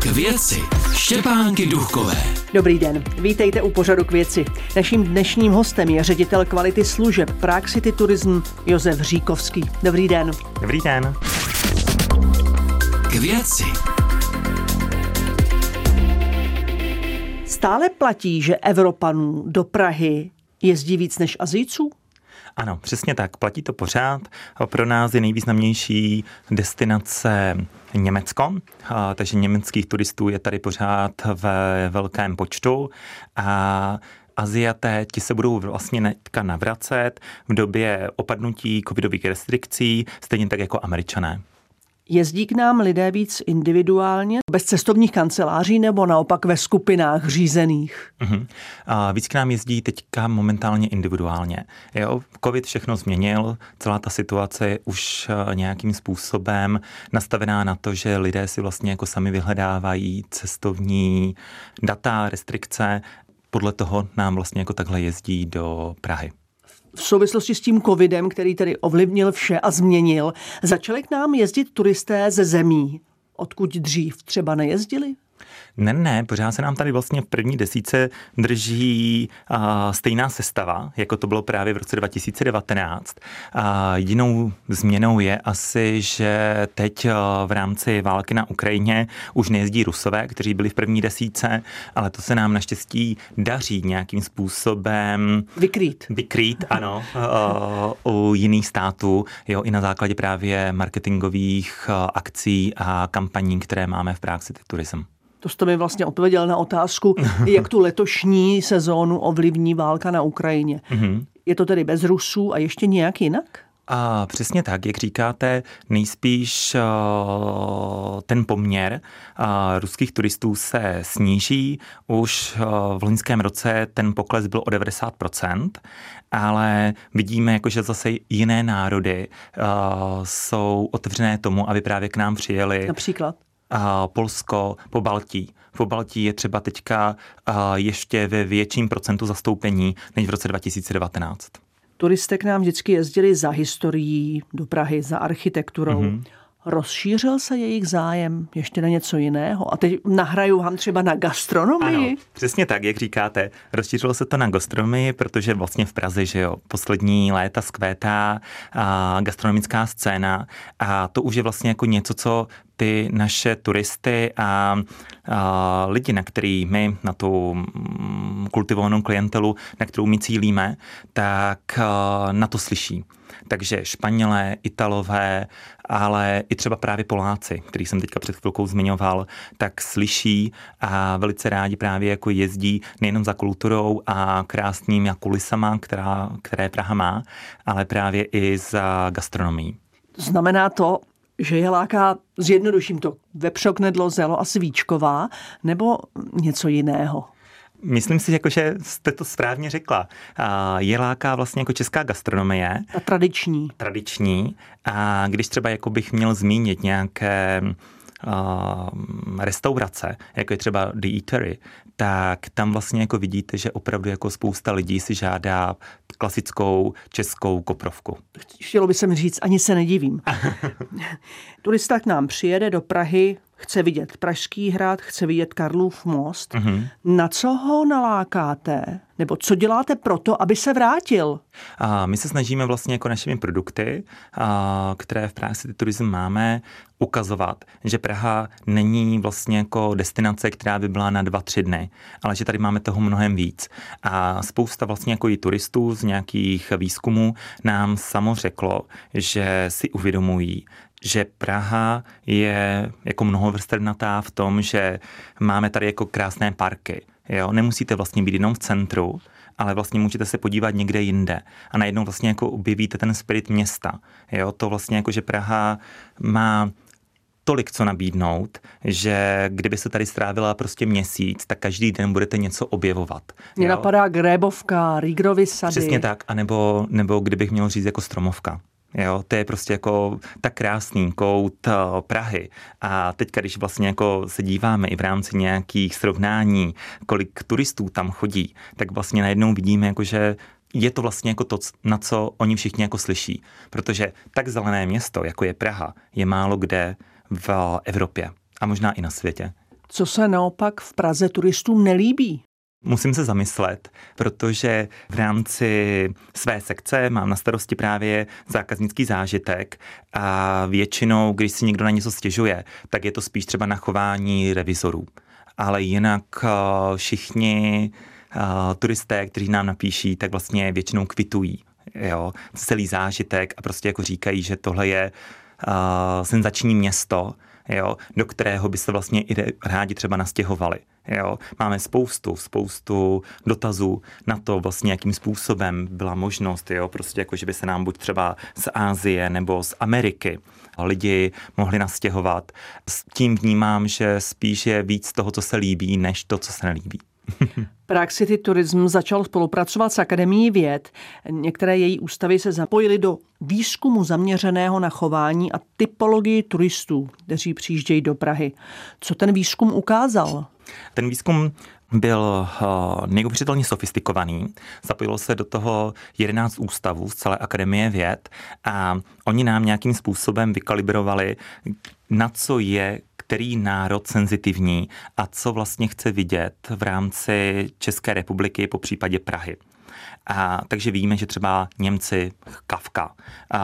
K věci Štěpánky Duchkové. Dobrý den, vítejte u pořadu K věci. Naším dnešním hostem je ředitel kvality služeb Prague City Tourism Josef Říkovský. Dobrý den. Dobrý den. K věci. Stále platí, že Evropanů do Prahy jezdí víc než Asijců? Ano, přesně tak, platí to pořád. Pro nás je nejvýznamnější destinace Německo, takže německých turistů je tady pořád ve velkém počtu a Aziaté, ti se budou vlastně netka navracet v době opadnutí covidových restrikcí, stejně tak jako Američané. Jezdí k nám lidé víc individuálně, bez cestovních kanceláří nebo naopak ve skupinách řízených? Víc k nám jezdí teďka momentálně individuálně. Jo, covid všechno změnil, celá ta situace je už nějakým způsobem nastavená na to, že lidé si vlastně jako sami vyhledávají cestovní data, restrikce. Podle toho nám vlastně jako takhle jezdí do Prahy. V souvislosti s tím covidem, který tedy ovlivnil vše a změnil, začali k nám jezdit turisté ze zemí, odkud dřív třeba nejezdili? Ne, pořád se nám tady vlastně v první desíce drží stejná sestava, jako to bylo právě v roce 2019. Jedinou změnou je asi, že teď v rámci války na Ukrajině už nejezdí Rusové, kteří byli v první desíce, ale to se nám naštěstí daří nějakým způsobem vykrýt, ano, u jiných států, jo, i na základě právě marketingových akcí a kampaní, které máme v Prague City Tourism. To jste mi vlastně odpověděl na otázku, jak tu letošní sezónu ovlivní válka na Ukrajině. Je to tedy bez Rusů a ještě nějak jinak? Přesně tak, jak říkáte, nejspíš ten poměr ruských turistů se sníží. Už v loňském roce ten pokles byl o 90%, ale vidíme, jako, že zase jiné národy jsou otevřené tomu, aby právě k nám přijeli. Například? Polsko, Pobaltí je třeba teďka ještě ve větším procentu zastoupení než v roce 2019. Turisté k nám vždycky jezdili za historií do Prahy, za architekturou. Rozšířil se jejich zájem ještě na něco jiného? A teď nahraju vám třeba na gastronomii? Ano, přesně tak, jak říkáte. Rozšířilo se to na gastronomii, protože vlastně v Praze, že jo, poslední léta zkvétá gastronomická scéna a to už je vlastně jako něco, co ty naše turisty a lidi, na který my, na tu kultivovanou klientelu, na kterou my cílíme, tak na to slyší. Takže Španělé, Italové, ale i třeba právě Poláci, který jsem teďka před chvilkou zmiňoval, tak slyší a velice rádi právě jako jezdí nejenom za kulturou a krásnými kulisama, které Praha má, ale právě i za gastronomií. Znamená to, že je láká, zjednoduším to, vepřok, knedlo, zelo a svíčková, nebo něco jiného? Myslím si, jako, že jste to správně řekla. Je láká vlastně jako česká gastronomie. A tradiční. A když třeba jako bych měl zmínit nějaké restaurace, jako je třeba The Eatery, tak tam vlastně jako vidíte, že opravdu jako spousta lidí si žádá klasickou českou koprovku. Chtělo by se mi říct, ani se nedivím. Turista k nám přijede do Prahy, chce vidět Pražský hrad, chce vidět Karlův most. Na co ho nalákáte? Nebo co děláte proto, aby se vrátil? My se snažíme vlastně jako našimi produkty, které v Prague City Tourism máme, ukazovat, že Praha není vlastně jako destinace, která by byla na 2-3 dny, ale že tady máme toho mnohem víc. A spousta vlastně jako i turistů z nějakých výzkumů nám samo řeklo, že si uvědomují, že Praha je jako mnohovrstevnatá v tom, že máme tady jako krásné parky. Jo? Nemusíte vlastně být jenom v centru, ale vlastně můžete se podívat někde jinde. A najednou vlastně jako objevíte ten spirit města. Jo? To vlastně jako, že Praha má tolik co nabídnout, že kdyby se tady strávila prostě měsíc, tak každý den budete něco objevovat. Mně napadá Grébovka, Rígrovy sady. Přesně tak, a nebo kdybych měl říct jako Stromovka. Jo, to je prostě jako tak krásný kout Prahy. A teďka, když vlastně jako se díváme i v rámci nějakých srovnání, kolik turistů tam chodí, tak vlastně najednou vidíme, jako že je to vlastně jako to, na co oni všichni jako slyší. Protože tak zelené město, jako je Praha, je málo kde v Evropě a možná i na světě. Co se naopak v Praze turistům nelíbí? Musím se zamyslet, protože v rámci své sekce mám na starosti právě zákaznický zážitek a většinou, když si někdo na něco stěžuje, tak je to spíš třeba na chování revizorů. Ale jinak všichni turisté, kteří nám napíší, tak vlastně většinou kvitují. Jo, celý zážitek a prostě jako říkají, že tohle je senzační město, jo, do kterého by se vlastně i rádi třeba nastěhovali. Jo. Máme spoustu dotazů na to vlastně, jakým způsobem byla možnost, jo, prostě jako, že by se nám buď třeba z Asie nebo z Ameriky lidi mohli nastěhovat. S tím vnímám, že spíš je víc toho, co se líbí, než to, co se nelíbí. Prague City Tourism začal spolupracovat s Akademií věd. Některé její ústavy se zapojily do výzkumu zaměřeného na chování a typologii turistů, kteří přijíždějí do Prahy. Co ten výzkum ukázal? Ten výzkum byl neuvěřitelně sofistikovaný. Zapojilo se do toho 11 ústavů z celé Akademie věd a oni nám nějakým způsobem vykalibrovali, na co je který národ senzitivní a co vlastně chce vidět v rámci České republiky, po případě Prahy. A takže víme, že třeba Němci kavka,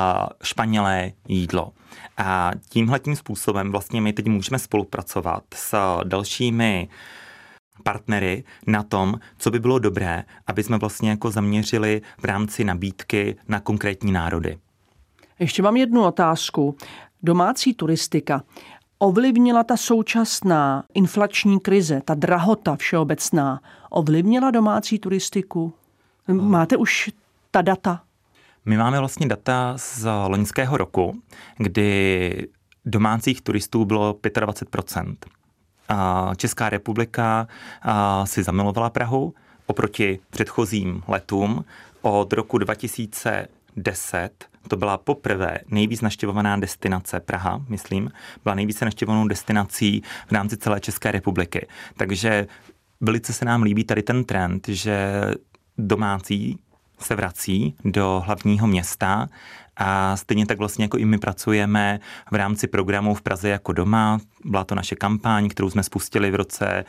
Španělé jídlo. A tímhletím způsobem vlastně my teď můžeme spolupracovat s dalšími partnery na tom, co by bylo dobré, aby jsme vlastně jako zaměřili v rámci nabídky na konkrétní národy. Ještě mám jednu otázku. Domácí turistika. Ovlivnila ta současná inflační krize, ta drahota všeobecná, ovlivnila domácí turistiku? Máte už ta data? My máme vlastně data z loňského roku, kdy domácích turistů bylo 25%. Česká republika si zamilovala Prahu oproti předchozím letům. Od roku 2010 to byla poprvé nejvíc navštěvovaná destinace Praha, myslím, byla nejvíce navštěvovanou destinací v rámci celé České republiky. Takže velice se nám líbí tady ten trend, že domácí se vrací do hlavního města a stejně tak vlastně jako i my pracujeme v rámci programu V Praze jako doma. Byla to naše kampaň, kterou jsme spustili v roce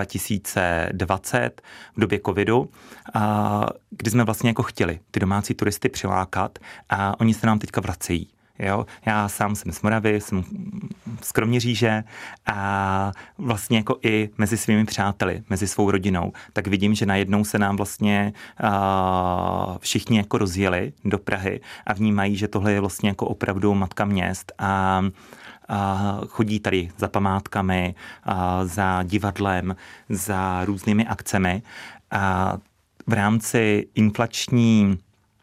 2020 v době covidu, kdy jsme vlastně jako chtěli ty domácí turisty přilákat a oni se nám teďka vracejí. Jo? Já sám jsem z Moravy, jsem z Kroměříže a vlastně jako i mezi svými přáteli, mezi svou rodinou, tak vidím, že najednou se nám vlastně všichni jako rozjeli do Prahy a vnímají, že tohle je vlastně jako opravdu matka měst a chodí tady za památkami, za divadlem, za různými akcemi a v rámci inflační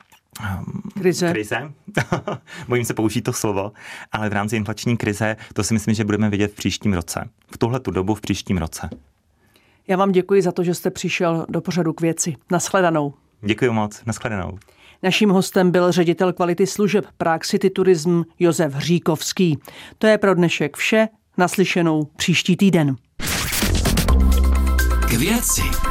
krize. Bojím se použít to slovo, ale v rámci inflační krize to si myslím, že budeme vidět v příštím roce. V tuhletu dobu v příštím roce. Já vám děkuji za to, že jste přišel do pořadu K věci. Naschledanou. Děkuji moc, naschledanou. Naším hostem byl ředitel kvality služeb Prague City Tourism Josef Hříkovský. To je pro dnešek vše, naslyšenou příští týden. K věci.